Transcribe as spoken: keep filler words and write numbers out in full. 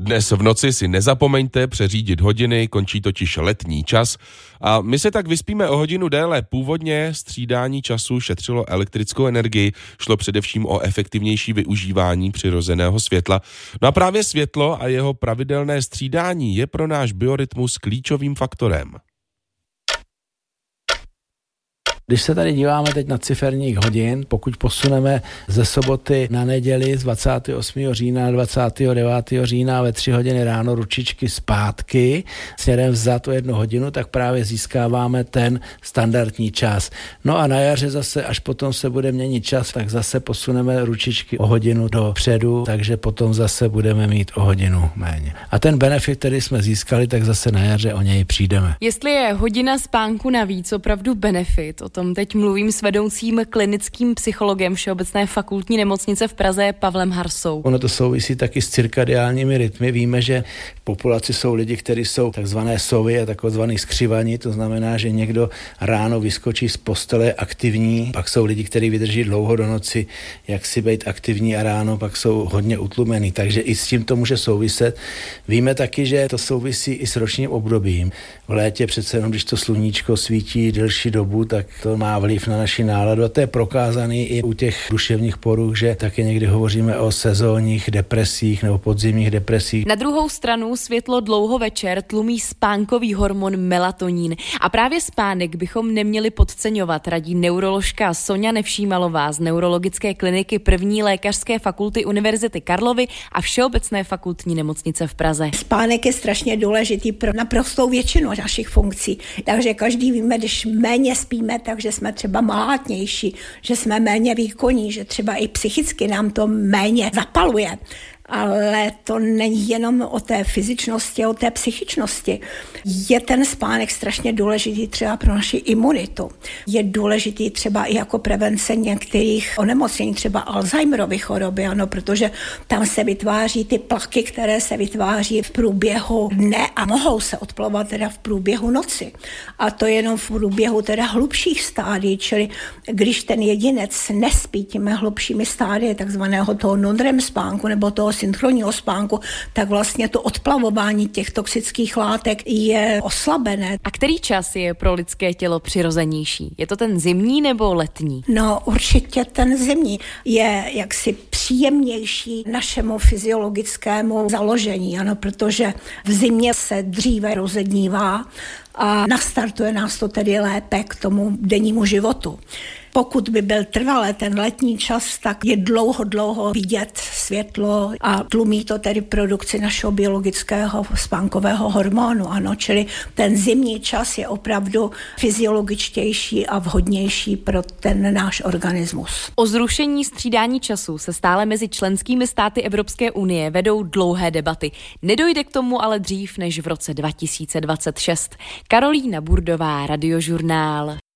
Dnes v noci si nezapomeňte přeřídit hodiny, končí totiž letní čas a my se tak vyspíme o hodinu déle. Původně střídání času šetřilo elektrickou energii, šlo především o efektivnější využívání přirozeného světla. No a právě světlo a jeho pravidelné střídání je pro náš biorytmus klíčovým faktorem. Když se tady díváme teď na ciferních hodin, pokud posuneme ze soboty na neděli z dvacátého osmého října na dvacátého devátého října ve tři hodiny ráno ručičky zpátky, směrem vzad o jednu hodinu, tak právě získáváme ten standardní čas. No a na jaře zase, až potom se bude měnit čas, tak zase posuneme ručičky o hodinu dopředu, takže potom zase budeme mít o hodinu méně. A ten benefit, který jsme získali, tak zase na jaře o něj přijdeme. Jestli je hodina spánku navíc opravdu benefit, o tom teď mluvím s vedoucím klinickým psychologem Všeobecné fakultní nemocnice v Praze Pavlem Harsou. Ono to souvisí taky s cirkadiálními rytmy. Víme, že v populaci jsou lidi, kteří jsou takzvané sovy a takzvaný skřivaní, to znamená, že někdo ráno vyskočí z postele aktivní, pak jsou lidi, kteří vydrží dlouho do noci, jak si být aktivní a ráno pak jsou hodně utlumený, takže i s tím to může souviset. Víme taky, že to souvisí i s ročním obdobím. V létě přece jenom, když to sluníčko svítí delší dobu, tak to má vliv na naši náladu a to je prokázaný i u těch duševních poruch, že taky někdy hovoříme o sezónních depresích nebo podzimních depresích. Na druhou stranu světlo dlouho večer tlumí spánkový hormon melatonín a právě spánek bychom neměli podceňovat, radí neuroložka Soňa Nevšímalová z neurologické kliniky první lékařské fakulty Univerzity Karlovy a Všeobecné fakultní nemocnice v Praze. Spánek je strašně důležitý pro naprostou většinu našich funkcí, takže každý víme, když méně spíme, takže jsme třeba malátnější, že jsme méně výkonní, že třeba i psychicky nám to méně zapaluje. Ale to není jenom o té fyzičnosti, o té psychičnosti. Je ten spánek strašně důležitý třeba pro naši imunitu. Je důležitý třeba i jako prevence některých onemocnění, třeba Alzheimerovy choroby, ano, protože tam se vytváří ty plaky, které se vytváří v průběhu dne a mohou se odplavovat teda v průběhu noci. A to jenom v průběhu teda hlubších stádií, čili když ten jedinec nespí těmi hlubšími stádii takzvaného toho non-REM spánku nebo toho synchronního spánku, tak vlastně to odplavování těch toxických látek je oslabené. A který čas je pro lidské tělo přirozenější? Je to ten zimní nebo letní? No určitě ten zimní je jaksi příjemnější našemu fyziologickému založení, ano, protože v zimě se dříve rozednívá a nastartuje nás to tedy lépe k tomu dennímu životu. Pokud by byl trvalé ten letní čas, tak je dlouho, dlouho vidět světlo a tlumí to tedy produkci našeho biologického spánkového hormonu. Ano, čili ten zimní čas je opravdu fyziologičtější a vhodnější pro ten náš organismus. O zrušení střídání času se stále mezi členskými státy Evropské unie vedou dlouhé debaty. Nedojde k tomu ale dřív než v roce dva tisíce dvacet šest. Karolína Burdová, Radiožurnál.